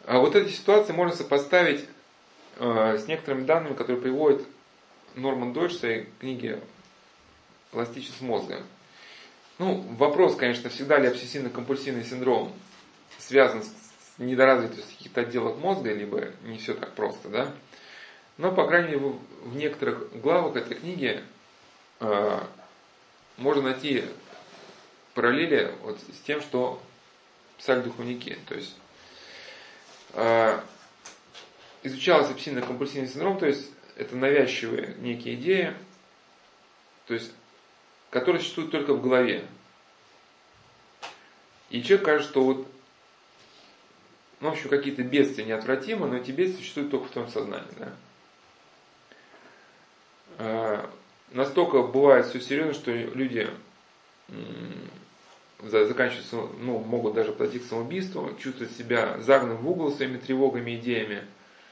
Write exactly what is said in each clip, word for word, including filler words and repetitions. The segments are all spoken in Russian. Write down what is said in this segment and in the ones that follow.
А вот эти ситуации можно сопоставить э, с некоторыми данными, которые приводит Норман Дойч в своей книге «Пластичность мозга». Ну, вопрос, конечно, всегда ли обсессивно-компульсивный синдром связан с недоразвитостью каких-то отделов мозга, либо не все так просто, да? Но, по крайней мере, в некоторых главах этой книги э, можно найти параллели вот с тем, что писали духовники. То есть э, изучалось обсессивно-компульсивный синдром, то есть это навязчивые некие идеи, то есть, которые существуют только в голове. И человек кажется, что вот, ну, в общем, какие-то бедствия неотвратимы, но эти бедствия существуют только в твоем сознании, да? Э, настолько бывает все серьезно, что люди м- заканчиваются, ну, могут даже подойти к самоубийству, чувствуют себя загнанным в угол своими тревогами, идеями.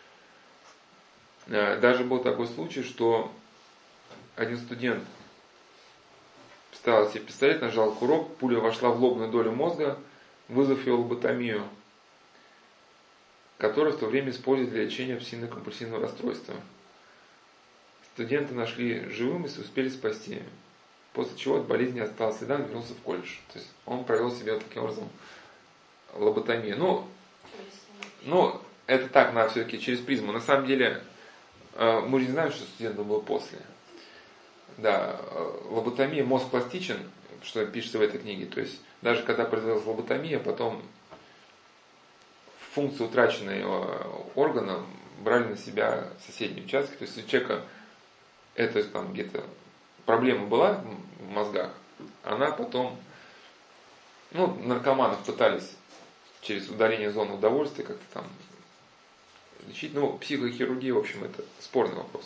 Даже был такой случай, что один студент вставил себе пистолет, нажал курок, пуля вошла в лобную долю мозга, вызвав его лоботомию, которую в то время использовали для лечения обсессивно-компульсивного расстройства. Студента нашли живым и успели спасти, после чего от болезни остался следа, вернулся в колледж. То есть он провел себе вот таким образом лоботомию. Ну, ну, это так, надо все-таки через призму. На самом деле, мы же не знаем, что студенту было после. Да, лоботомия, мозг пластичен, что пишется в этой книге. То есть даже когда произвелась лоботомия, потом функцию утраченного органа брали на себя соседние участки. То есть у человека это там где-то проблема была в мозгах, она потом, ну, наркоманов пытались через удаление зоны удовольствия как-то там лечить. Ну, психохирургия, в общем, это спорный вопрос.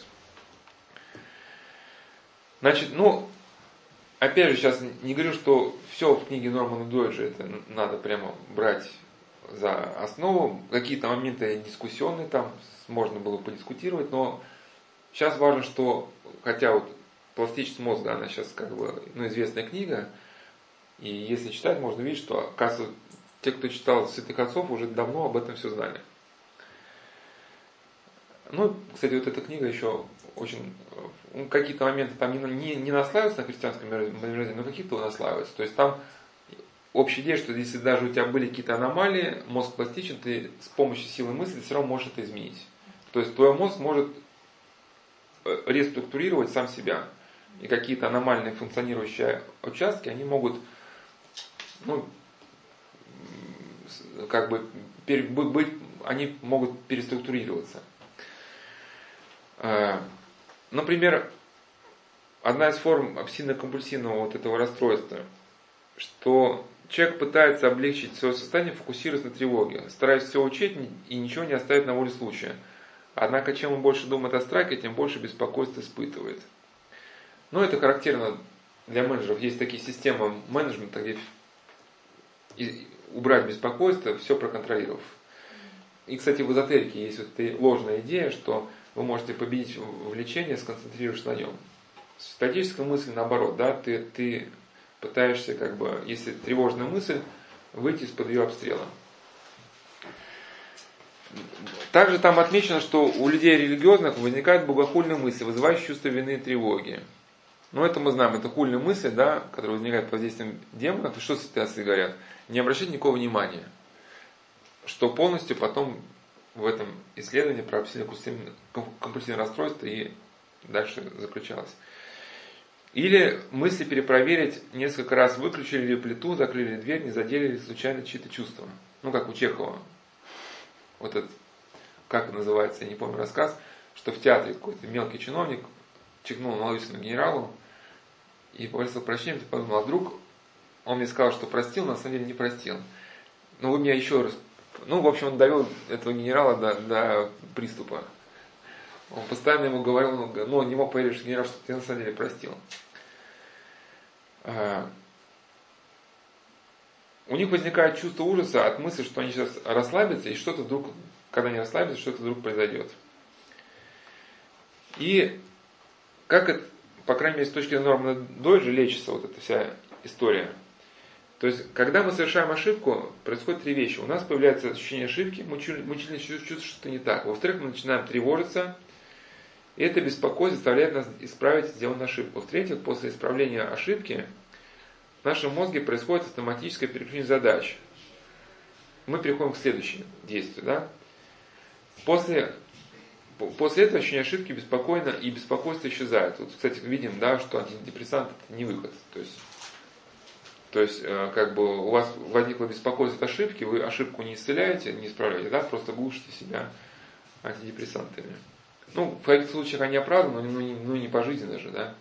Значит, ну, опять же, сейчас не говорю, что все в книге Нормана Дойджа это надо прямо брать за основу. Какие-то моменты дискуссионные там можно было подискутировать, но сейчас важно, что, хотя вот «Пластичность мозга», она сейчас как бы, ну, известная книга, и если читать, можно видеть, что, оказывается, те, кто читал святых отцов, уже давно об этом все знали. Ну, кстати, вот эта книга еще очень, ну, какие-то моменты там не, не, не наслаиваются на христианском мировоззрении, но какие-то наслаиваются. То есть там общая идея, что если даже у тебя были какие-то аномалии, мозг пластичен, ты с помощью силы мысли все равно можешь это изменить. То есть твой мозг может реструктурировать сам себя. И какие-то аномальные функционирующие участки, они могут, ну, как бы, быть, они могут переструктурироваться. Например, одна из форм обсессивно-компульсивного вот этого расстройства, что человек пытается облегчить свое состояние, фокусируясь на тревоге, стараясь все учить и ничего не оставить на воле случая. Однако, чем он больше думает о страхе, тем больше беспокойства испытывает. Ну, это характерно для менеджеров. Есть такие системы менеджмента, где убрать беспокойство, все проконтролировав. И, кстати, в эзотерике есть вот эта ложная идея, что вы можете победить влечение, сконцентрировавшись на нем. В статической мысли наоборот, да, ты, ты пытаешься, как бы, если тревожная мысль, выйти из-под ее обстрела. Также там отмечено, что у людей религиозных возникают богохульные мысли, вызывающие чувство вины и тревоги. Ну, это мы знаем, это хульные мысли, да, которые возникают под действием демонов. И что святые говорят? Не обращать никакого внимания. Что полностью потом в этом исследовании про обсессивно-компульсивное расстройство и дальше заключалось. Или мысли перепроверить, несколько раз выключили ли плиту, закрыли ли дверь, не задели ли случайно чьи-то чувства. Ну, как у Чехова. Вот этот, как называется, я не помню рассказ, что в театре какой-то мелкий чиновник чихнул малолетнему генералу и попросил прощения, ты подумал, а вдруг он мне сказал, что простил, но на самом деле не простил. Ну, вы меня еще раз... Ну, в общем, он довел этого генерала до, до приступа. Он постоянно ему говорил, но он не мог поверить, что генерал, что ты на самом деле простил. А... У них возникает чувство ужаса от мысли, что они сейчас расслабятся, и что-то вдруг, когда они расслабятся, что-то вдруг произойдет. И как это, по крайней мере, с точки зрения Нормана Дойджа лечится вот эта вся история. То То есть, когда мы совершаем ошибку, происходит три вещи. У нас появляется ощущение ошибки, мучительно чувствуем, что что-то не так. Во-вторых, мы начинаем тревожиться, и это беспокойство заставляет нас исправить сделанную ошибку. В-третьих, после исправления ошибки в нашем мозге происходит автоматическое переключение задач. Мы переходим к следующему действию. Да? После, после этого ощущение ошибки беспокойно и беспокойство исчезает. Вот, кстати, видим, да, что антидепрессант – это не выход. То есть, то есть как бы у вас возникло беспокойство от ошибки, вы ошибку не исцеляете, не исправляете, да, просто глушите себя антидепрессантами. Ну, в каких случаях они оправданы, но не, ну, не пожизненно же, да.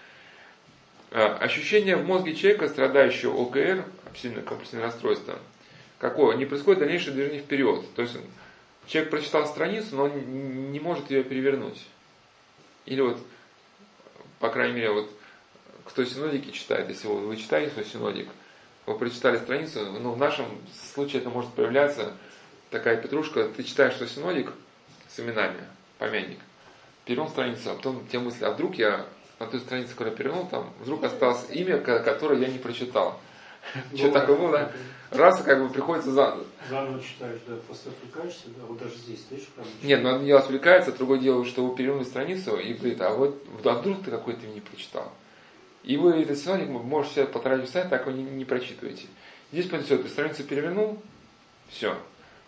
Ощущение в мозге человека, страдающего о ка эр, обсессивное компульсивное расстройство, какое? Не происходит дальнейшее движение вперед. То есть человек прочитал страницу, но он не может ее перевернуть. Или вот, по крайней мере, вот кто синодики читает, если вы, вы читаете свой синодик, вы прочитали страницу, ну, в нашем случае это может появляться такая петрушка, ты читаешь свой синодик с именами, помянник, перевернул страницу, а потом те мысли, а вдруг я на ту страницу, которую я перевернул, там вдруг осталось имя, которое я не прочитал. Что такое было, да? Раз, как бы приходится заново. Заново читаешь, да, просто отвлекаешься, да, вот даже здесь, слышишь, правда? Нет, ну одно дело отвлекается, другое дело, что вы перевернули страницу и говорит, а вот а вдруг ты какой-то не прочитал. И вы этот синодик можете себе полтора часа, так вы не, не прочитываете. Здесь, все, ты страницу перевернул, все.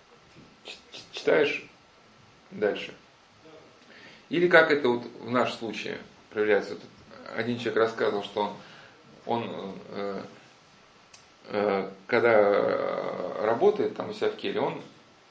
Читаешь дальше. Или как это вот в нашем случае проявляется. Вот один человек рассказывал, что он, он э, э, когда работает там у себя в келье, он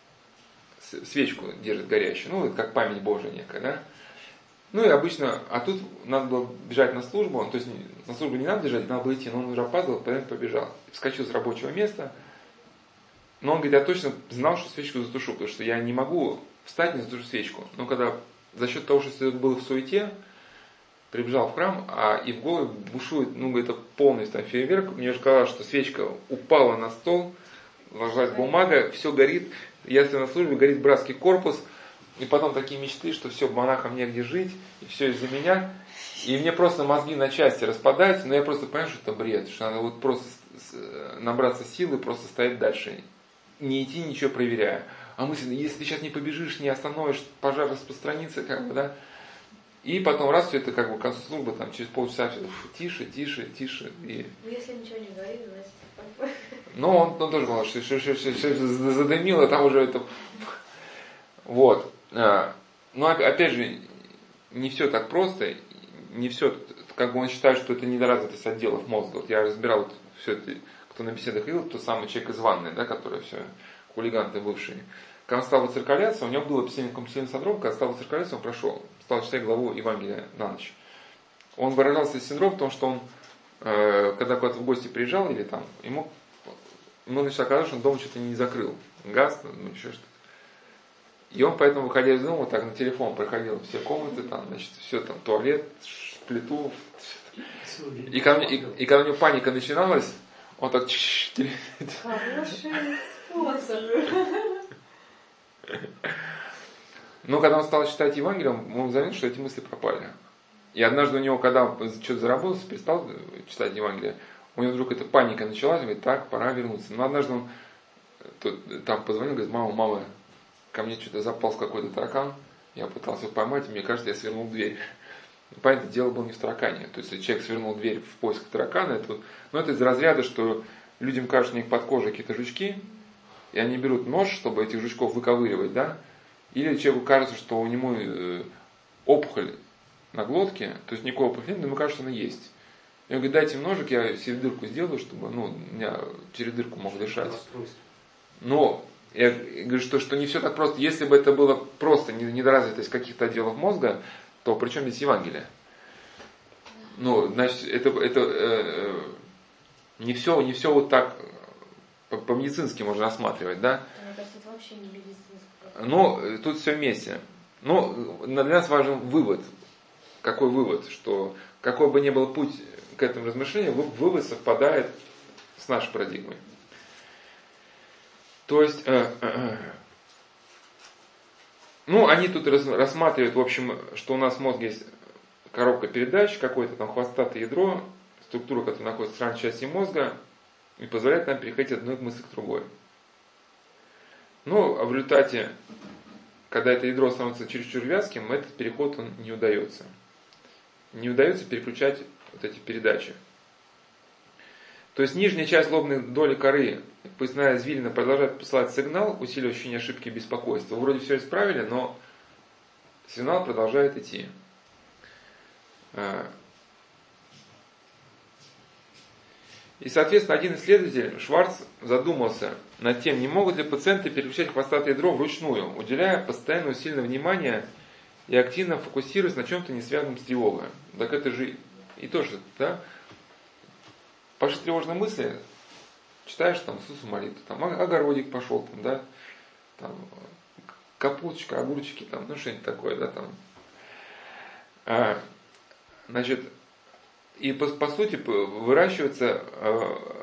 свечку держит горящую, ну, это как память Божия некая, да. Ну и обычно, а тут надо было бежать на службу, то есть на службу не надо бежать, надо было идти, но он уже опаздывал, поэтому побежал. Вскочил с рабочего места, но он говорит, я точно знал, что свечку затушу, потому что я не могу встать, не затушу свечку. Но когда за счет того, что это было в суете, прибежал в храм, а и в голове бушует, ну, это полный там фейерверк, мне же казалось, что свечка упала на стол, ложилась бумага, все горит, я стою на службе, горит братский корпус, и потом такие мечты, что все, монахам негде жить, и все из-за меня, и мне просто мозги на части распадаются, но я просто понимаю, что это бред, что надо вот просто набраться силы, просто стоять дальше, не идти, ничего проверяя. А мысль, если ты сейчас не побежишь, не остановишь, пожар распространится, как бы, да. И потом раз все это как бы к концу службы, там через полчаса все фу, тише, тише, тише. И... Ну если ничего не говорит, значит. Ну, он, он тоже говорил, что, что, что, что, что задымило, там уже это. Вот. Но опять же, не все так просто, не все, как бы он считает, что это недоразвитость отделов мозга. Вот я разбирал вот все это, кто на беседах видел, тот самый человек из ванной, да, который все, хулиган-то бывший. Когда он стал выциркаляться, у него был обсессивный компульсивный синдром, когда стал выциркаляться, он прошел, стал читать главу Евангелия на ночь. Он выражался синдром в том, что он, э, когда куда-то в гости приезжал, или там, ему, ему начало казаться, что он дома что-то не закрыл, газ, ну еще что-то. И он поэтому, выходя из дома, так на телефон проходил все комнаты, там, значит, все там, туалет, плиту. И когда, и, и когда у него паника начиналась, он так... Хороший способ. Но когда он стал читать Евангелие, он заметил, что эти мысли пропали. И однажды у него, когда он что-то заработался, перестал читать Евангелие, у него вдруг эта паника началась, он говорит, так, пора вернуться. Но однажды он тут, там позвонил, говорит, мама, мама, ко мне что-то заполз какой-то таракан, я пытался его поймать, и мне кажется, я свернул дверь. Понятно, дело было не в таракане. То есть, если человек свернул дверь в поисках таракана, это, ну, это из разряда, что людям кажется, у них под кожей какие-то жучки, и они берут нож, чтобы этих жучков выковыривать, да, или человеку кажется, что у него э, опухоль на глотке, то есть никакого опухоли нет, но ему кажется, что она есть. И он говорит, дайте ножик, я себе дырку сделаю, чтобы, ну, меня через дырку мог дышать. Но я говорю, что, что не все так просто. Если бы это было просто недоразвитость каких-то отделов мозга, то при чем здесь Евангелие? Ну, значит, это, это э, не, все, не все вот так по-медицински можно рассматривать, да? Мне кажется, это вообще не медицинское. Ну, тут все вместе. Ну, для нас важен вывод. Какой вывод? Что какой бы ни был путь к этому размышлению, вывод совпадает с нашей парадигмой. То есть, э, э, ну, они тут рассматривают, в общем, что у нас в мозге есть коробка передач, какое-то там хвостатое ядро, структура, которая находится в ранней части мозга, и позволяет нам переходить от одной мысли к другой. Но в результате, когда это ядро становится чересчур вязким, этот переход он не удается. Не удается переключать вот эти передачи. То есть нижняя часть лобной доли коры, поясная извилина, продолжает посылать сигнал, усиливая ощущение ошибки и беспокойства. Вы вроде все исправили, но сигнал продолжает идти. И, соответственно, один исследователь, Шварц, задумался над тем, не могут ли пациенты переключать хвостатое ядро вручную, уделяя постоянное усиленное внимание и активно фокусируясь на чем-то не связанном с тревогой. Так это же и тоже, да? Пошли тревожные мысли, читаешь там Иисусу молитву, там огородик пошел, там, да, там капусточка, огурчики, там, ну что-нибудь такое, да, там. А, значит, и по, по сути выращивается а,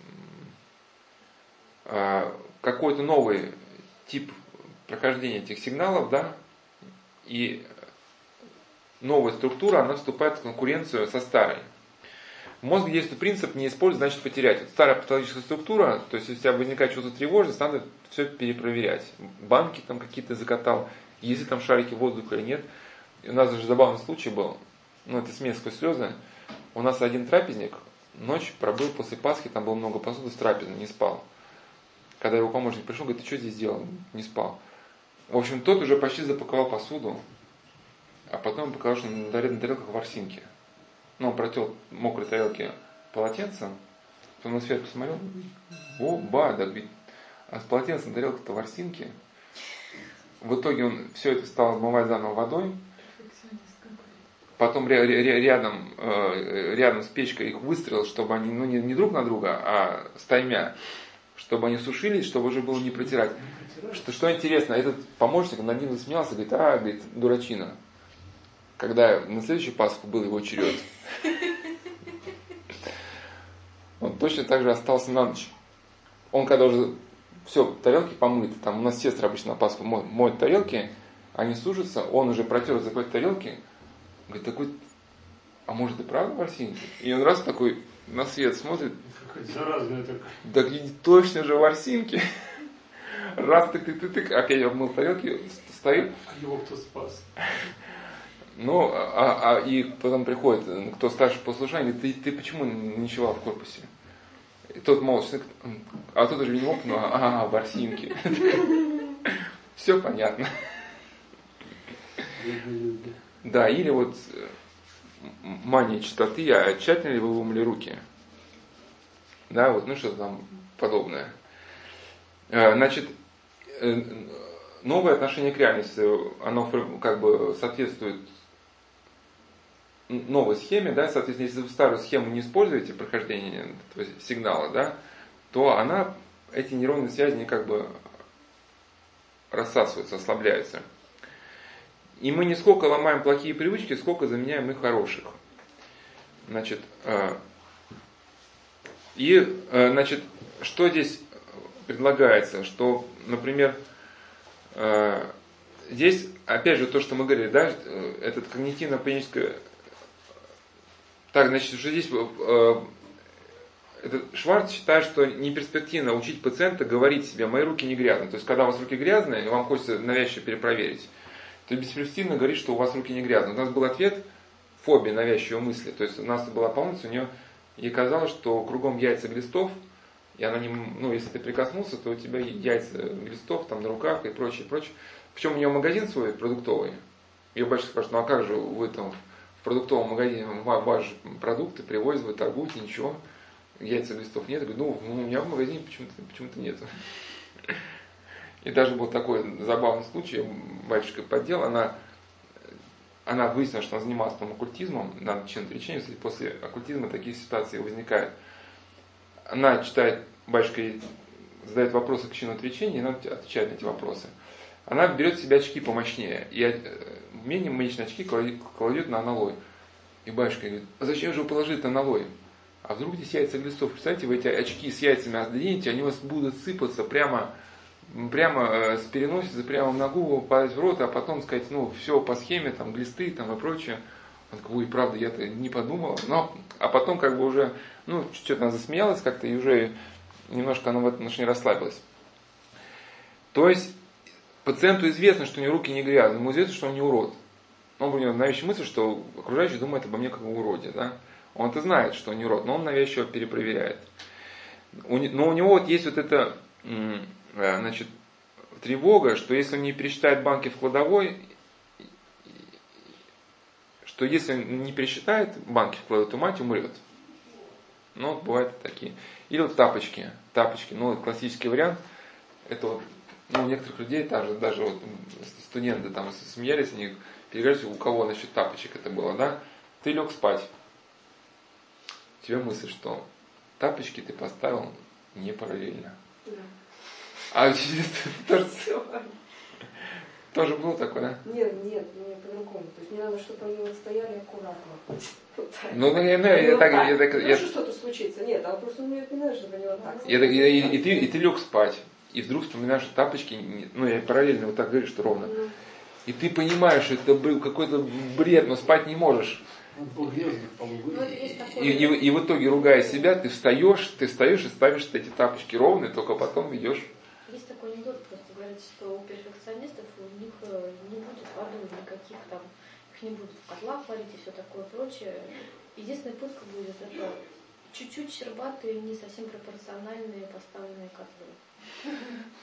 а, какой-то новый тип прохождения этих сигналов, да, и новая структура, она вступает в конкуренцию со старой. В мозге действует принцип «не использовать, значит потерять». Вот старая патологическая структура, то есть если у тебя возникает чувство тревожности, надо все перепроверять. Банки там какие-то закатал, есть ли там шарики воздуха или нет. И у нас даже забавный случай был, ну это смех сквозь слезы. У нас один трапезник ночь пробыл после Пасхи, там было много посуды с трапезы, не спал. Когда его помощник пришел, говорит, ты что здесь делал? Не спал. В общем, тот уже почти запаковал посуду, а потом показал, что на тарелках ворсинки. Ну, он протел мокрые тарелки полотенцем, потом на свет посмотрел, о, ба, да, ведь, а с полотенцем на тарелках-то ворсинки. В итоге он все это стал отмывать заново водой, потом ря- ря- рядом, э, рядом с печкой их выстроил, чтобы они, ну, не, не друг на друга, а стаймя, чтобы они сушились, чтобы уже было не протирать. Что, что интересно, этот помощник над ним засмеялся, говорит, а, говорит, дурачина. Когда на следующую Пасху был его черед, он точно так же остался на ночь. Он когда уже все, тарелки помыты, там у нас сестры обычно на Пасху моют, моют тарелки, они сушатся, он уже протер закрыть тарелки, говорит, такой, а может и правда ворсинки? И он раз такой на свет смотрит, заразная такая. да точно же ворсинки. Раз ты ты ты ты опять обмыл тарелки, стоит. А его кто спас? Ну, а, а и потом приходит, кто старше по послушанию, говорит, ты, ты почему не ночевал в корпусе? И тот молча, а тот уже не мог, ну, а, ворсинки. Все понятно. Да, или вот мания чистоты, а тщательно ли вы вымыли руки? Да, вот, ну что-то там подобное. Значит, новое отношение к реальности, оно как бы соответствует новой схеме, да, соответственно, если вы старую схему не используете, прохождение этого сигнала, да, то она, эти нейронные связи, они как бы рассасываются, ослабляются. И мы не сколько ломаем плохие привычки, сколько заменяем их хороших. Значит, и, значит, что здесь предлагается, что, например, здесь, опять же, то, что мы говорили, да, этот когнитивно-поведенческое. Так, значит, что здесь этот Шварц считает, что не перспективно учить пациента говорить себе, мои руки не грязные. То есть, когда у вас руки грязные, и вам хочется навязчиво перепроверить, то бесперспективно говорить, что у вас руки не грязные. У нас был ответ фобия навязчивой мысли. То есть, у нас была помощница, у нее ей казалось, что кругом яйца глистов, и она не, ну, если ты прикоснулся, то у тебя яйца глистов там на руках и прочее, прочее. Причем у нее магазин свой продуктовый. Ее батюшка спрашивает, ну а как же вы там в продуктовом магазине ваши продукты привозят, вы торгуете, ничего, яйца глистов нет. Я говорю, ну у меня в магазине почему-то, почему-то нет. И даже был такой забавный случай, батюшка поддел, она, она выяснила, что она занималась там оккультизмом, на чем-то лечении, кстати, после оккультизма такие ситуации возникают. Она читает, батюшка ей задает вопросы к чину отречения, и она отвечает на эти вопросы. Она берет себе очки помощнее, и менее маячные очки кладет на аналой. И батюшка говорит, а зачем же вы положили на аналой? А вдруг здесь яйца глистов? Представляете, вы эти очки с яйцами отдадите, они у вас будут сыпаться прямо, прямо э, с переносицы, прямо в ногу, падать в рот, а потом сказать, ну, все по схеме, там, глисты там, и прочее. Он такой, ой, правда, я-то не подумала. Но, а потом как бы уже, ну, что-то она засмеялась как-то, и уже немножко она в этом отношении расслабилась. То есть, пациенту известно, что у него руки не грязные, ему известно, что он не урод. Он у него навязчивая мысль, что окружающие думают обо мне как о уроде, да. Он-то знает, что он не урод, но он навязчиво перепроверяет. Но у него вот есть вот эта, значит, тревога, что если он не пересчитает банки в кладовой, что если он не пересчитает банки в кладовой, то мать умрет. Ну, вот бывают такие. Или вот тапочки. Тапочки, ну, классический вариант. Это вот, ну, у некоторых людей, даже, даже вот студенты там смеялись, они переговорили, у кого насчет тапочек это было, да? Ты лег спать. У тебя мысль, что тапочки ты поставил не параллельно. Да. А тоже, тоже было такое, да? Нет, нет, мне по-другому. То есть мне надо, чтобы они вот стояли аккуратно. Вот так. Ну, ну, я, ну, я, вот так, так. я, так, Ну, я, что что-то случится. Нет, а просто мне не надо, чтобы они вот так. я, я, и, и, ты, и ты лег спать, и вдруг вспоминаешь, что тапочки, не- ну, я параллельно вот так говорю, что ровно. Ну, И ты понимаешь, что это был какой-то бред, но спать не можешь. Он был грязный в полу. Ну, это есть такое. И, и, и в итоге, ругая себя, ты встаешь, ты встаешь и ставишь эти тапочки ровные, только потом идешь. Есть такой анекдот, просто говорят, что у перфекционистов у них э, не будет воды никаких там, их не будут в котлах варить и все такое прочее. Единственная пытка будет это чуть-чуть щербатые, не совсем пропорциональные поставленные котлы.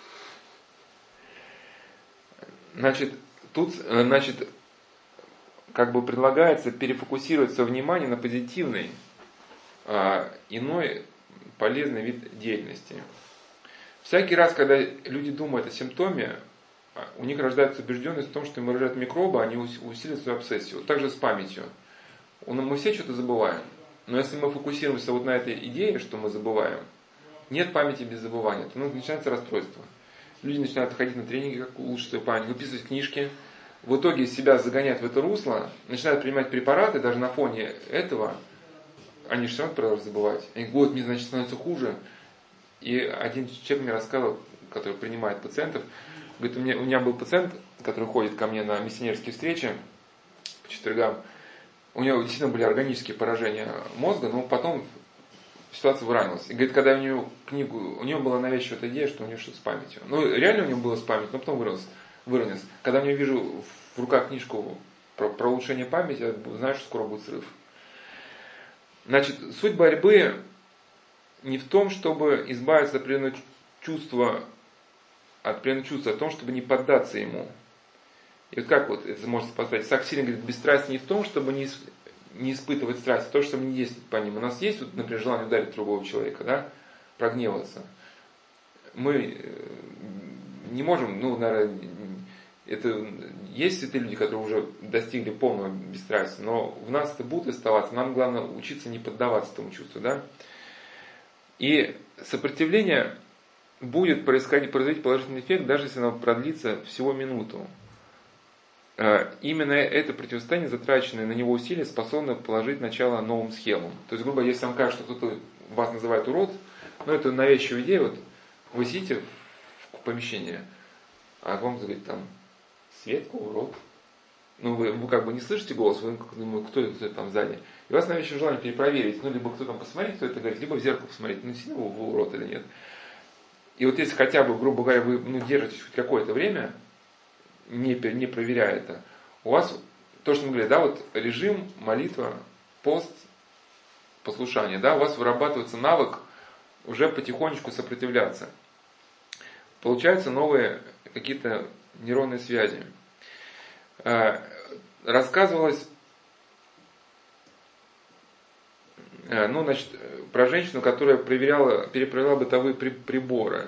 Значит, тут, э, значит, как бы предлагается перефокусировать свое внимание на позитивный, а, иной полезный вид деятельности. Всякий раз, когда люди думают о симптоме, а, у них рождается убежденность в том, что им выражают микробы, они ус- усиливают свою обсессию. Так же с памятью. У нас- Мы все что-то забываем. Но если мы фокусируемся вот на этой идее, что мы забываем, нет памяти без забывания, то ну, начинается расстройство. Люди начинают ходить на тренинги, как улучшить свою память, выписывать книжки. В итоге себя загоняют в это русло, начинают принимать препараты, даже на фоне этого, они же все равно продолжают забывать. Они говорят, вот, мне, значит, становится хуже. И один человек мне рассказывал, который принимает пациентов, говорит, у меня, у меня был пациент, который ходит ко мне на миссионерские встречи по четвергам, у него действительно были органические поражения мозга, но потом ситуация выравнялась. И говорит, когда у него книгу, у него была навязчивая эта идея, что у него что-то с памятью. Ну, реально у него было с памятью, но потом выровнялось. выровнялось. Когда я вижу в руках книжку про, про улучшение памяти, я знаю, что скоро будет срыв. Значит, суть борьбы не в том, чтобы избавиться от определенного чувства, от определенного чувства, а в том, чтобы не поддаться ему. И вот как вот это можно поставить? Саксилин говорит, бесстрастие не в том, чтобы не, не испытывать страсть, а то, чтобы не действовать по ним. У нас есть, вот, например, желание ударить другого человека, да, прогневаться. Мы не можем, ну, наверное, это есть святые люди, которые уже достигли полного бесстрастия, но в нас это будет оставаться, нам главное учиться не поддаваться этому чувству, да. И сопротивление будет происходить, производить положительный эффект, даже если оно продлится всего минуту. Именно это противостояние, затраченное на него усилия, способно положить начало новым схемам. То есть, грубо говоря, если вам кажется, что кто-то вас называет урод, ну это навязчивая идея, вот вы сидите в помещении, а вам говорит там, Светка, урод. Ну вы, вы как бы не слышите голос, вы думаете, кто это там сзади. И у вас навязчивое желание перепроверить, ну либо кто там посмотреть, кто это говорит, либо в зеркало посмотреть, ну сильно вы урод или нет. И вот если хотя бы, грубо говоря, вы ну, держитесь хоть какое-то время, не, не проверяя это, у вас, то, что мы говорили, да, вот режим, молитва, пост, послушание, да, у вас вырабатывается навык уже потихонечку сопротивляться. Получаются новые какие-то нейронные связи. Рассказывалось, ну, значит, про женщину, которая проверяла, перепроверяла бытовые приборы.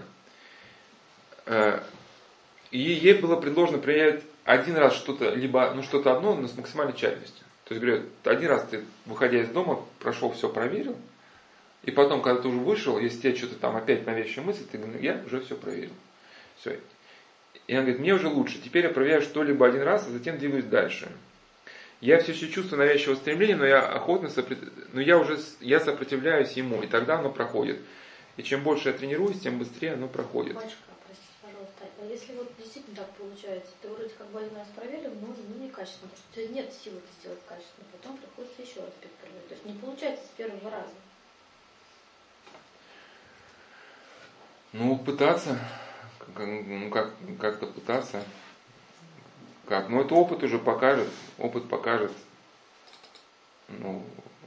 И ей было предложено проверять один раз что-то, либо ну, что-то одно, но с максимальной тщательностью. То есть, говорят, один раз ты, выходя из дома, прошел, все проверил, и потом, когда ты уже вышел, если тебе что-то там опять навязчивая мысль, ты говоришь, я уже все проверил. Все. И она говорит, мне уже лучше, теперь я проверяю что-либо один раз, а затем двигаюсь дальше. Я все еще чувствую навязчивое стремление, но я охотно сопротив... но я уже я сопротивляюсь ему, и тогда оно проходит. И чем больше я тренируюсь, тем быстрее оно проходит. Батюшка, простите, пожалуйста, а если вот действительно Так получается. Ты вроде как бы один раз проверил, но ну, некачественно, потому что у тебя нет силы это сделать качественно. Потом приходится еще раз перепроверить. То есть не получается с первого раза. Ну, пытаться, ну, как, как-то пытаться. Как? Ну, это опыт уже покажет, опыт покажет, ну,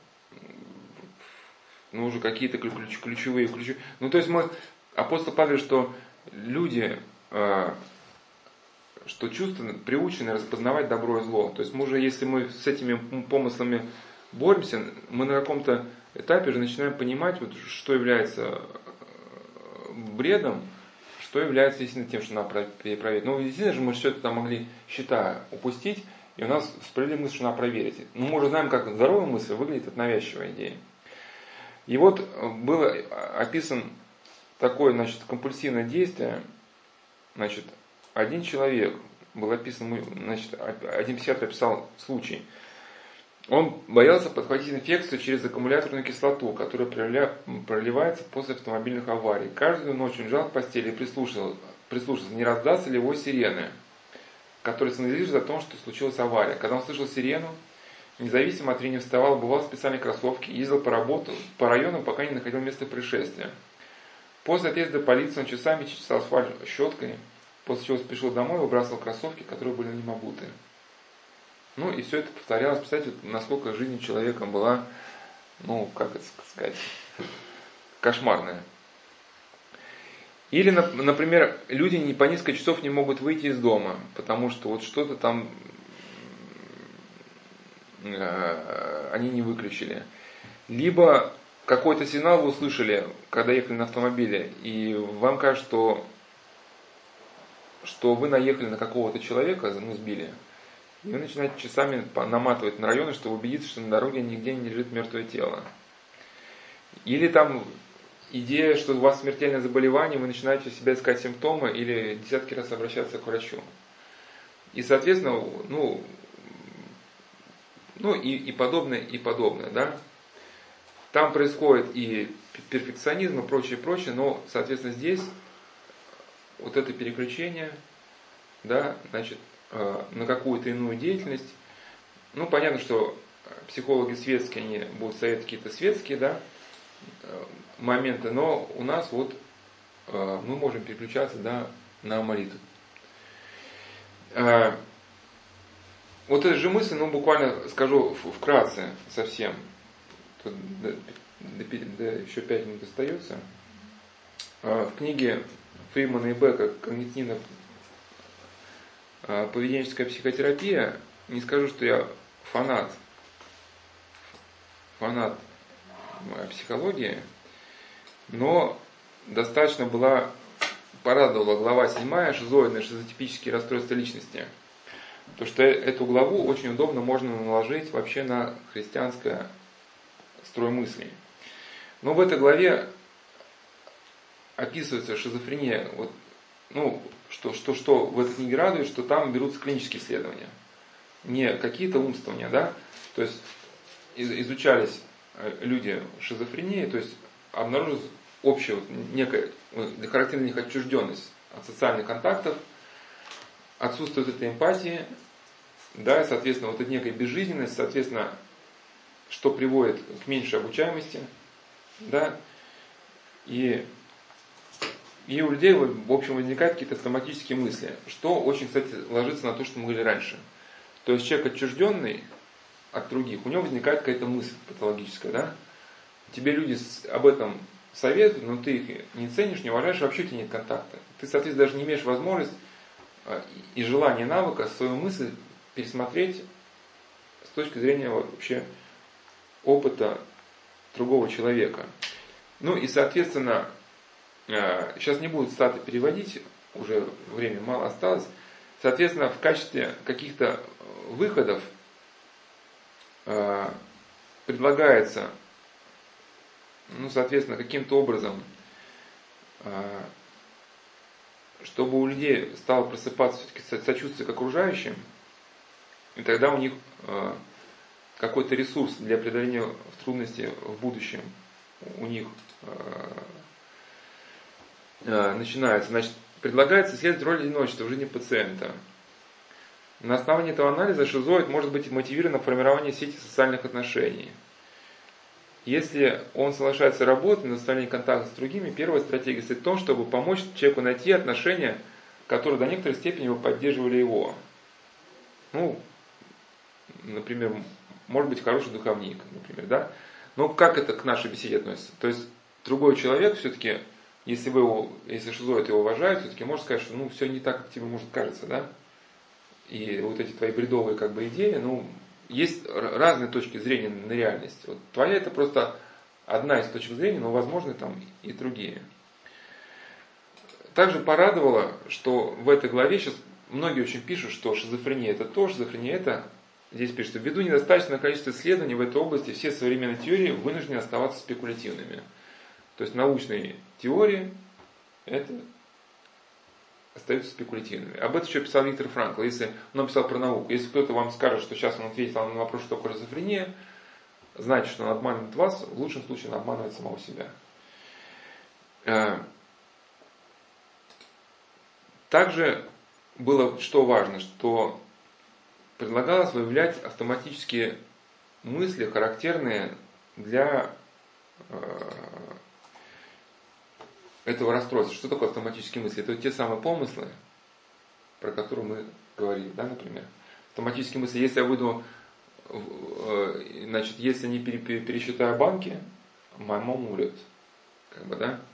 ну уже какие-то ключ, ключевые, ключевые. Ну, то есть мы, апостол Павел, что люди, э, что чувства приучены распознавать добро и зло. То есть мы уже, если мы с этими помыслами боремся, мы на каком-то этапе же начинаем понимать, вот, что является бредом, что является действительно тем, что надо перепроверить. Ну, действительно же мы все это там могли, счета упустить, и у нас всплыли мысли, что надо проверить. Ну, мы уже знаем, как здоровая мысль выглядит от навязчивой идеи. И вот было описан такое, значит, компульсивное действие. Значит, один человек, был описан, значит, один психиатр описал случай. Он боялся подхватить инфекцию через аккумуляторную кислоту, которая проливается после автомобильных аварий. Каждую ночь он лежал в постели и прислушивался, прислушивался, не раздастся ли его сирены, которые сигнализируют о том, что случилась авария. Когда он слышал сирену, независимо от времени вставал, бывал в специальной кроссовке, ездил по работу, по району, пока не находил место происшествия. После отъезда полиции он часами чистил асфальт щеткой, после чего спешил домой и выбрасывал кроссовки, которые были на нем обуты. Ну и все это повторялось. Представьте, насколько жизнь человека была, ну, как это сказать, кошмарная. Или, например, люди не по несколько часов не могут выйти из дома, потому что вот что-то там э, они не выключили. Либо какой-то сигнал вы услышали, когда ехали на автомобиле, и вам кажется, что, что вы наехали на какого-то человека, ну, сбили. И вы начинаете часами наматывать на районы, чтобы убедиться, что на дороге нигде не лежит мертвое тело. Или там идея, что у вас смертельное заболевание, вы начинаете у себя искать симптомы или десятки раз обращаться к врачу. И, соответственно, ну, ну и, и подобное, и подобное, да. Там происходит и перфекционизм, и прочее, прочее, но, соответственно, здесь вот это переключение, да, значит, на какую-то иную деятельность. Ну, понятно, что психологи светские, они будут советовать какие-то светские, да, моменты, но у нас вот мы можем переключаться, да, на молитву. Вот эта же мысль, ну, буквально скажу вкратце совсем. Тут до, до, до, еще пять минут остается. В книге Фримана и Бека «Когнитивно поведенческая психотерапия», не скажу, что я фанат, фанат психологии, но достаточно была, порадовала глава седьмая «Шизоидные шизотипические расстройства личности». Потому что эту главу очень удобно можно наложить вообще на христианское строй мыслей. Но в этой главе описывается шизофрения. Вот, ну, что, что, что в этой книге радует, что там берутся клинические исследования. Не какие-то умствования, да. То есть изучались люди шизофрении, то есть обнаружилась общая вот, некая характерная них отчужденность от социальных контактов, отсутствует этой эмпатии, да, и, соответственно, вот эта некая безжизненность, соответственно, что приводит к меньшей обучаемости, да, и, и у людей, в общем, возникают какие-то автоматические мысли, что очень, кстати, ложится на то, что мы говорили раньше. То есть человек отчужденный от других, у него возникает какая-то мысль патологическая, да, тебе люди об этом советуют, но ты их не ценишь, не уважаешь, вообще у тебя нет контакта. Ты, соответственно, даже не имеешь возможности и желание, навыка свою мысль пересмотреть с точки зрения вообще опыта другого человека. Ну и, соответственно, сейчас не буду цитаты переводить, уже времени мало осталось. Соответственно, в качестве каких-то выходов предлагается, ну, соответственно, каким-то образом, чтобы у людей стало просыпаться все-таки сочувствие к окружающим, и тогда у них э, какой-то ресурс для преодоления трудностей в будущем у них э, э, начинается. Значит, предлагается исследовать роль одиночества в жизни пациента. На основании этого анализа шизоид может быть мотивирован на формирование сети социальных отношений. Если он соглашается работать на установление контакта с другими, первая стратегия состоит в том, чтобы помочь человеку найти отношения, которые до некоторой степени бы поддерживали его. Ну, например, может быть хороший духовник, например, да? Но как это к нашей беседе относится? То есть другой человек все-таки, если вы его, если шизоид его уважает, все-таки может сказать, что ну все не так, как тебе может кажется, да? И вот эти твои бредовые как бы идеи, ну, есть разные точки зрения на реальность. Вот твоя это просто одна из точек зрения, но возможны там и другие. Также порадовало, что в этой главе сейчас многие очень пишут, что шизофрения это то, шизофрения это. Здесь пишется, ввиду недостаточного количества исследований в этой области, все современные теории вынуждены оставаться спекулятивными. То есть научные теории это остаются спекулятивными. Об этом еще писал Виктор Франкл. Если он писал про науку, если кто-то вам скажет, что сейчас он ответил на вопрос, что такое шизофрения, знайте, что он обманывает вас, в лучшем случае он обманывает самого себя. Также было что важно, что предлагалось выявлять автоматические мысли, характерные для этого расстройства. Что такое автоматические мысли? Это вот те самые помыслы, про которые мы говорили, да, например. Автоматические мысли, если я выйду, значит, если не пересчитаю банки, моя мама умрет. Как бы, да?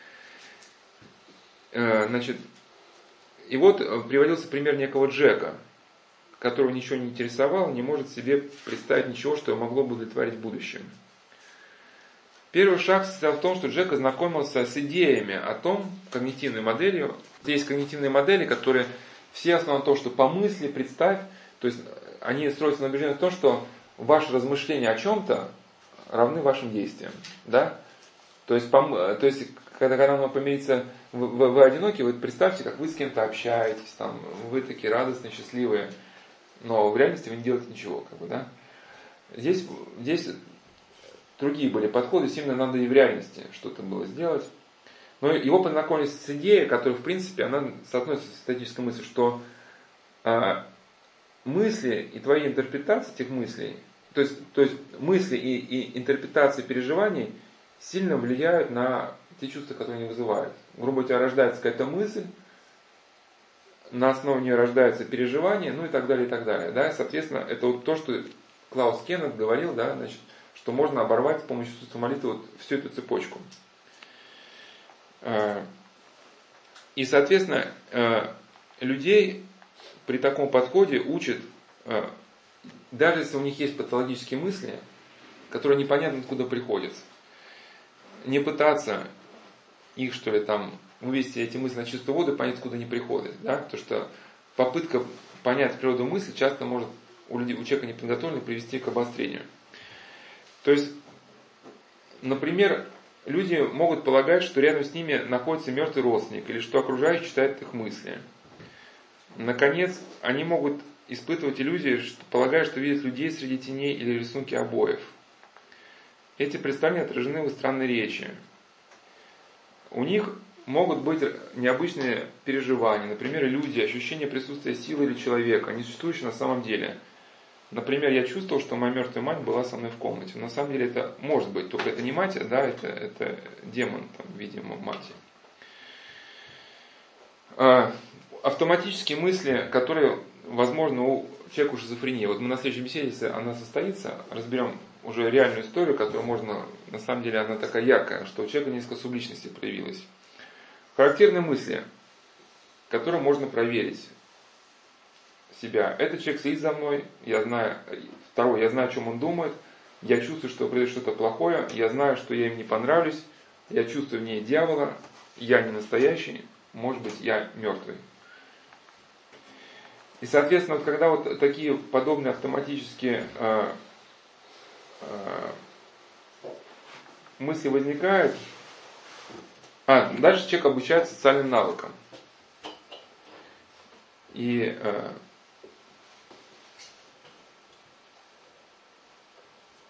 Значит, и вот приводился пример некого Джека, которого ничего не интересовало, не может себе представить ничего, что могло бы удовлетворить в будущем. Первый шаг состоял в том, что Джек ознакомился с идеями о том, когнитивной моделью. Здесь есть когнитивные модели, которые все основаны на том, что помысли, представь, то есть они строятся на убеждении в том, что ваши размышления о чем-то равны вашим действиям. Да? То есть, пом... то есть когда, когда оно помирится, вы, вы, вы одиноки, вы представьте, как вы с кем-то общаетесь, там, вы такие радостные, счастливые, но в реальности вы не делаете ничего. Как бы, да? Здесь, здесь другие были подходы, именно надо и в реальности что-то было сделать. Но его познакомились с идеей, которая, в принципе, она соотносится с статической мыслью, что а, мысли и твои интерпретации этих мыслей, то есть, то есть мысли и, и интерпретации переживаний сильно влияют на те чувства, которые они вызывают. Грубо говоря, рождается какая-то мысль, на основе нее рождается переживание, ну и так далее, и так далее. Да? Соответственно, это вот то, что Клаус Кеннет говорил, да, значит, что можно оборвать с помощью чувства молитвы вот всю эту цепочку. И, соответственно, людей при таком подходе учат, даже если у них есть патологические мысли, которые непонятно откуда приходят, не пытаться их, что ли, там, вывести эти мысли на чистую воду и понять, откуда они приходят. Да? Потому что попытка понять природу мысли часто может у, людей, у человека неподготовленного привести к обострению. То есть, например, люди могут полагать, что рядом с ними находится мертвый родственник, или что окружающий читает их мысли. Наконец, они могут испытывать иллюзии, что, полагая, что видят людей среди теней или рисунки обоев. Эти представления отражены в их странной речи. У них могут быть необычные переживания, например, иллюзии, ощущение присутствия силы или человека, не существующие на самом деле. Например, я чувствовал, что моя мертвая мать была со мной в комнате. Но на самом деле это может быть, только это не мать, да, это, это демон, там, видимо, мать. А, автоматические мысли, которые, возможно, у человека шизофрения. Вот мы на следующей беседе, если она состоится, разберем уже реальную историю, которую можно, на самом деле, она такая яркая, что у человека несколько субличностей проявилось. Характерные мысли, которые можно проверить себя. Этот человек следит за мной, я знаю, второе, я знаю, о чем он думает, я чувствую, что произойдет что-то плохое, я знаю, что я им не понравлюсь, я чувствую в ней дьявола, я не настоящий, может быть, я мертвый. И, соответственно, вот когда вот такие подобные автоматические э, э, мысли возникают, а, дальше человек обучается социальным навыкам. И э,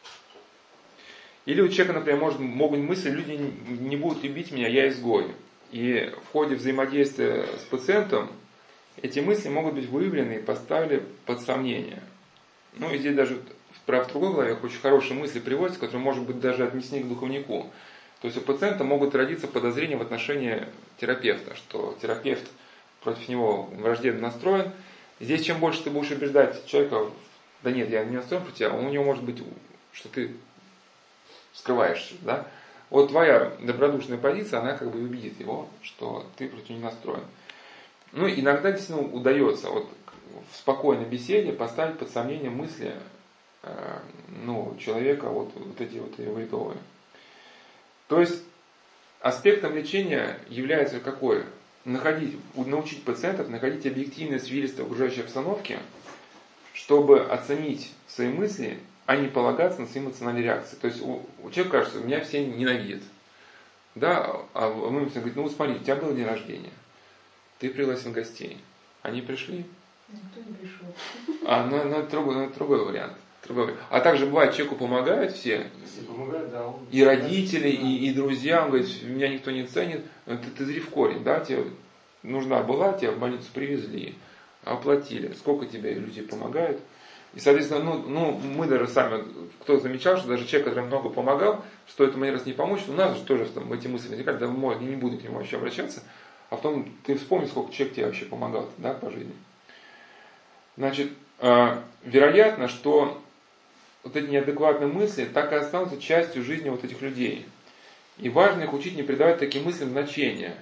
или у человека, например, может, могут мысли, люди не будут любить меня, я изгой. И в ходе взаимодействия с пациентом эти мысли могут быть выявлены и поставлены под сомнение. Ну и здесь даже в другой главе очень хорошие мысли приводятся, которые, может быть, даже отнесены к духовнику. То есть у пациента могут родиться подозрения в отношении терапевта, что терапевт против него враждебно настроен. Здесь чем больше ты будешь убеждать человека, да нет, я не настроен против тебя, у него может быть, что ты скрываешься, да? Вот твоя добродушная позиция, она как бы убедит его, что ты против него настроен. Ну, иногда действительно удается вот в спокойной беседе поставить под сомнение мысли э, ну, человека, вот, вот эти вот его вредовые. То есть аспектом лечения является какой? Находить, научить пациентов находить объективные свидетельства окружающей обстановки, чтобы оценить свои мысли, а не полагаться на свои эмоциональные реакции. То есть у, у человека кажется, меня все ненавидят. Да, а мы ему говорим, ну смотри, у тебя был день рождения, ты пригласил гостей, они пришли. Никто не пришел. А, ну, ну, это, другой, ну, это другой вариант. Другой. А также бывает, человеку помогают все, Если помогает, да, он... и родители, и, и друзья, он говорит, меня никто не ценит, ты, ты зри в корень, да, тебе нужна была, тебя в больницу привезли, оплатили, сколько тебе людей помогают. И, соответственно, ну, ну, мы даже сами, кто замечал, что даже человек, который много помогал, стоит ему один раз не помочь, у нас же тоже там, эти мысли возникают, да, я не буду к нему вообще обращаться, а потом ты вспомни, сколько человек тебе вообще помогал, да, по жизни. Значит, э, вероятно, что вот эти неадекватные мысли так и останутся частью жизни вот этих людей. И важно их учить не придавать таким мыслям значения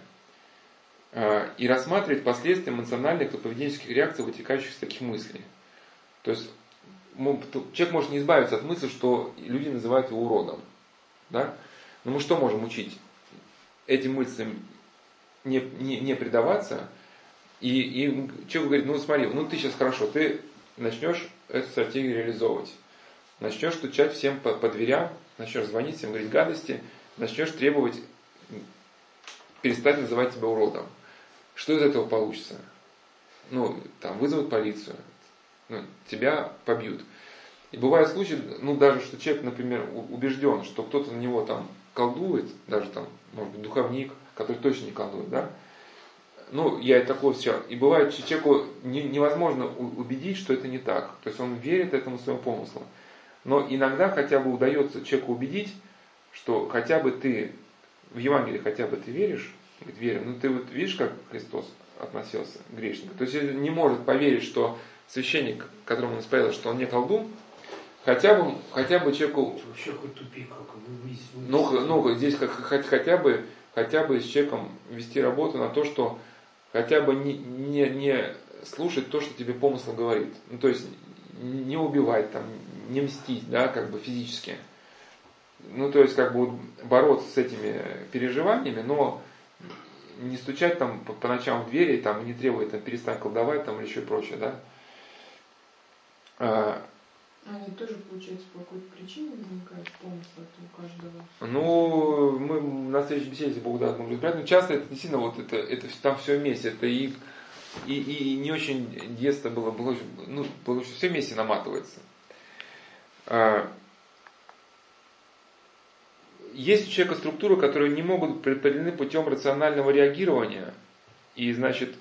э, и рассматривать последствия эмоциональных и поведенческих реакций, вытекающих из таких мыслей. То есть человек может не избавиться от мысли, что люди называют его уродом. Да? Но мы что можем учить? Этим мыслям не, не, не предаваться. И, и человек говорит, ну смотри, ну ты сейчас хорошо, ты начнешь эту стратегию реализовывать. Начнешь стучать всем по, по дверям, начнешь звонить всем, говорить гадости, начнешь требовать перестать называть тебя уродом. Что из этого получится? Ну, там, вызовут полицию, ну, тебя побьют. И бывают случаи, ну, даже, что человек, например, убежден, что кто-то на него там колдует, даже там, может быть, духовник, который точно не колдует, да? Ну, я и такого встречал. И бывает, что человеку не, невозможно убедить, что это не так. То есть он верит этому своему помыслу. Но иногда хотя бы удается человеку убедить, что хотя бы ты, в Евангелии хотя бы ты веришь, говорит, верю, ну ты вот видишь, как Христос относился к грешнику. То есть если не может поверить, что священник, которому он исповедовал, что он не колдун, хотя бы, хотя бы человеку... Вообще хоть тупик, как вы выяснили. Ну, ну здесь как, хотя бы, хотя бы с человеком вести работу на то, что хотя бы не, не, не слушать то, что тебе помысл говорит. Ну, то есть не убивать, там, не мстить, да, как бы физически. Ну, то есть, как бы бороться с этими переживаниями, но не стучать там по, по ночам в двери, там, не требовать, там, перестань колдовать, там, или еще прочее, да. А, Они тоже, получается, по какой-то причине возникают помыслы у каждого? Ну, мы на следующей беседе, Бог даст, можем разбирать, но часто это действительно вот это, это там все вместе, это и, и, и не очень детство было, было ну, было, что все вместе наматывается. А, есть у человека структуры, которые не могут быть преодолены путем рационального реагирования, и, значит,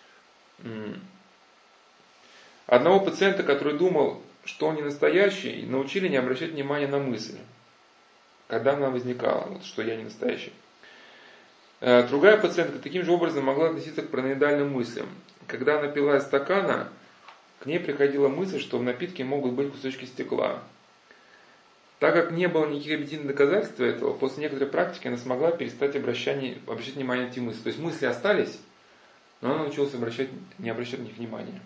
одного пациента, который думал, что он не настоящий, научили не обращать внимания на мысль, когда она возникала, вот, что я не настоящий. Другая пациентка таким же образом могла относиться к параноидальным мыслям. Когда она пила из стакана, к ней приходила мысль, что в напитке могут быть кусочки стекла. Так как не было никаких объективных доказательств этого, после некоторой практики она смогла перестать обращать, обращать внимание на эти мысли. То есть мысли остались, но она научилась обращать, не обращать на них внимания.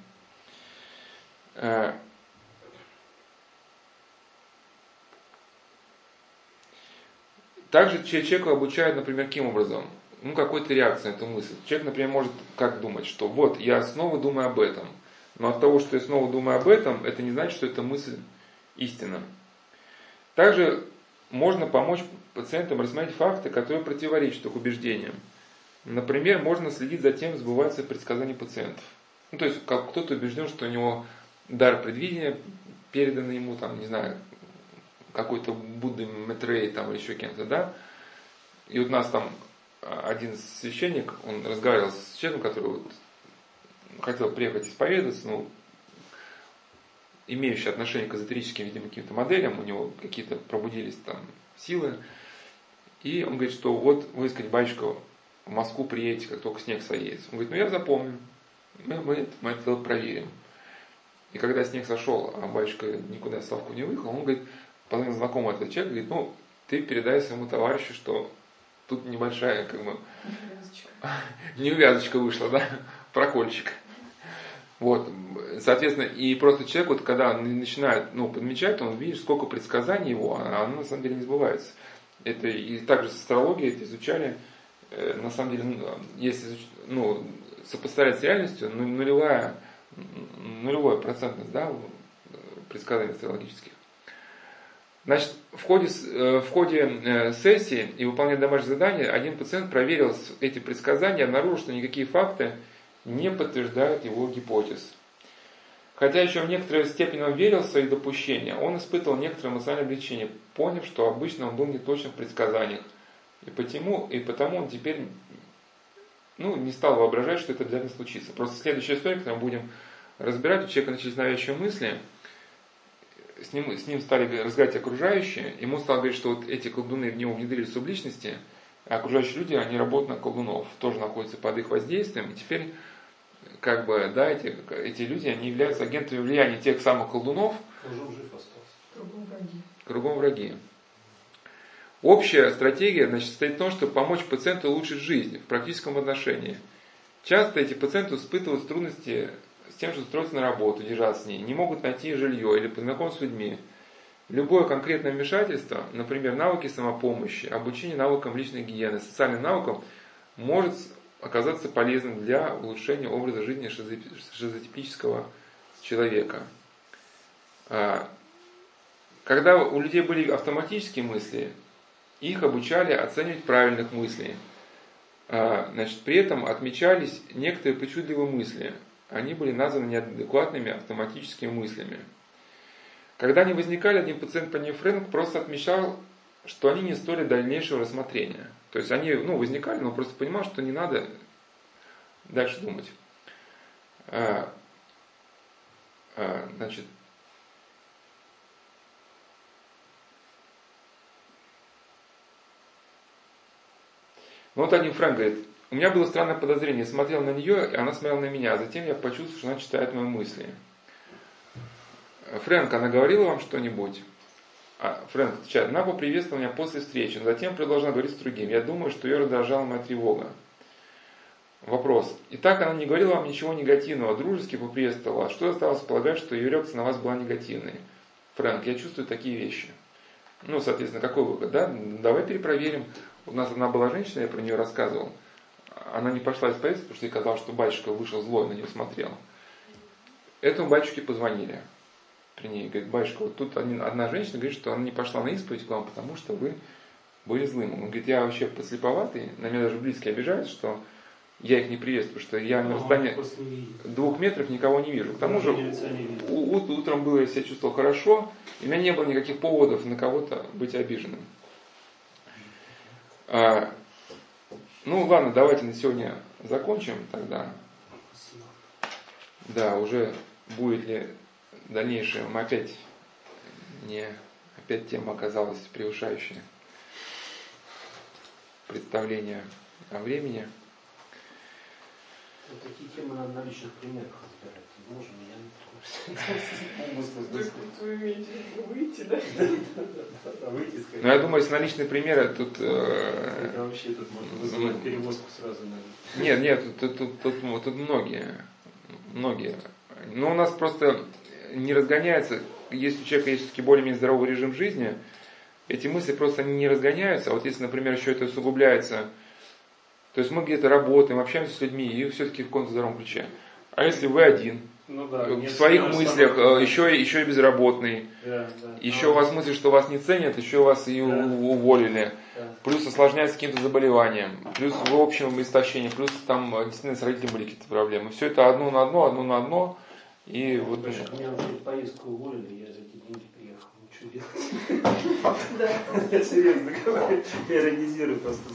Также человека обучают, например, каким образом? Ну, какой-то реакции на эту мысль. Человек, например, может как думать, что вот, я снова думаю об этом. Но от того, что я снова думаю об этом, это не значит, что эта мысль истинна. Также можно помочь пациентам рассмотреть факты, которые противоречат их убеждениям. Например, можно следить за тем, сбываются предсказания пациентов. Ну, то есть, как кто-то убежден, что у него дар предвидения передан ему, там, не знаю, какой-то Будда Мэтрей там, или еще кем-то, да. И вот нас там один священник, он разговаривал с человеком, который вот хотел приехать исповедоваться, ну, имеющий отношение к эзотерическим, видимо, каким-то моделям, у него какие-то пробудились там силы. И он говорит, что вот вы, сказать, батюшка, в Москву приедете, как только снег сойдет. Он говорит, ну я запомню, мы, мы, мы это проверим. И когда снег сошел, а батюшка никуда в Славку не выехал, он говорит, позвонил знакомый этот человек, говорит, ну ты передай своему товарищу, что тут небольшая, как бы, неувязочка вышла, да, прокольчик. Вот, соответственно, и просто человек, вот когда начинает, ну, подмечать, он видит, сколько предсказаний его, а оно на самом деле не сбывается. Это и также с астрологией это изучали, на самом деле, если, ну, сопоставлять с реальностью, ну, нулевая, нулевая процентность, да, предсказаний астрологических. Значит, в ходе, в ходе сессии и выполнения домашних заданий один пациент проверил эти предсказания и обнаружил, что никакие факты не подтверждают его гипотез. Хотя еще в некоторой степени он верил в свои допущения, он испытывал некоторое эмоциональное облегчение, поняв, что обычно он был неточен в предсказаниях. И потому, и потому он теперь, ну, не стал воображать, что это обязательно случится. Просто следующая история, которую мы будем разбирать, у человека начались навязчивые мысли, с ним, с ним стали разговаривать окружающие, ему стало говорить, что вот эти колдуны в него внедрили субличности, а окружающие люди, они работают на колдунов, тоже находятся под их воздействием, и теперь, как бы, да, эти, эти люди, они являются агентами влияния тех самых колдунов. Кругом жив остался. Кругом враги. Кругом враги. Общая стратегия, значит, состоит в том, чтобы помочь пациенту улучшить жизнь в практическом отношении. Часто эти пациенты испытывают трудности с тем, что устроиться на работу, держаться с ней, не могут найти жилье или познакомиться с людьми. Любое конкретное вмешательство, например, навыки самопомощи, обучение навыкам личной гигиены, социальным навыкам, может оказаться полезным для улучшения образа жизни шизотипического человека. Когда у людей были автоматические мысли, их обучали оценивать правильных мыслей. Значит, при этом отмечались некоторые причудливые мысли. Они были названы неадекватными автоматическими мыслями. Когда они возникали, один пациент по ним Фрэнк просто отмечал, что они не стоили дальнейшего рассмотрения. То есть они, ну, возникали, но просто понимал, что не надо дальше думать. А, а, значит, ну вот один Фрэнк говорит, у меня было странное подозрение, я смотрел на нее, и она смотрела на меня, а затем я почувствовал, что она читает мои мысли. Фрэнк, она говорила вам что-нибудь? А, Фрэнк отвечает, она поприветствовала меня после встречи, но затем продолжала говорить с другим. Я думаю, что ее раздражала моя тревога. Вопрос. Итак, она не говорила вам ничего негативного, дружески поприветствовала. Что осталось полагать, что ее реакция на вас была негативной? Фрэнк, я чувствую такие вещи. Ну, соответственно, какой выход? Да? Давай перепроверим. У нас одна была женщина, я про нее рассказывал. Она не пошла исповедоваться, потому что ей казалось, что батюшка вышел злой, на нее смотрел. Этому батюшке позвонили. При ней, говорит, батюшка, вот тут одна женщина говорит, что она не пошла на исповедь к вам, потому что вы были злым. Он говорит, я вообще подслеповатый, на меня даже близкие обижаются, что я их не приветствую, что я на расстоянии двух метров никого не вижу. К тому же у, утром было, я себя чувствовал хорошо, и у меня не было никаких поводов на кого-то быть обиженным. А, ну ладно, давайте на сегодня закончим тогда. Да, уже будет ли дальнейшее, мы опять не опять тема оказалась превышающая представление о времени. Вот такие темы надо на личных примерах разбирать. Можем, я Вы имеете выйти, да? Выйти, сказать. Ну, я думаю, если на личные примеры, тут... Э, это вообще тут можно вызывать перевозку сразу, наверное. Нет, нет, тут, тут, тут, тут, тут многие. Многие. Но у нас просто не разгоняется, если у человека есть все-таки более-менее здоровый режим жизни, эти мысли просто не разгоняются. А вот если, например, еще это усугубляется, то есть мы где-то работаем, общаемся с людьми, и все-таки в каком-то здоровом ключе. А если вы один, ну, да, в своих мыслях, еще, еще и безработный, да, да. еще а, у вас мысли, что вас не ценят, еще вас и да. уволили, да. плюс осложняется каким-то заболеванием, плюс в общем истощении, плюс там действительно с родителями были какие-то проблемы. Все это одно на одно, одно на одно. И ну, вот... Меня уже поездку уволили, я за эти деньги приехал. Ну что делать? Да. Я серьезно говорю, я иронизирую просто.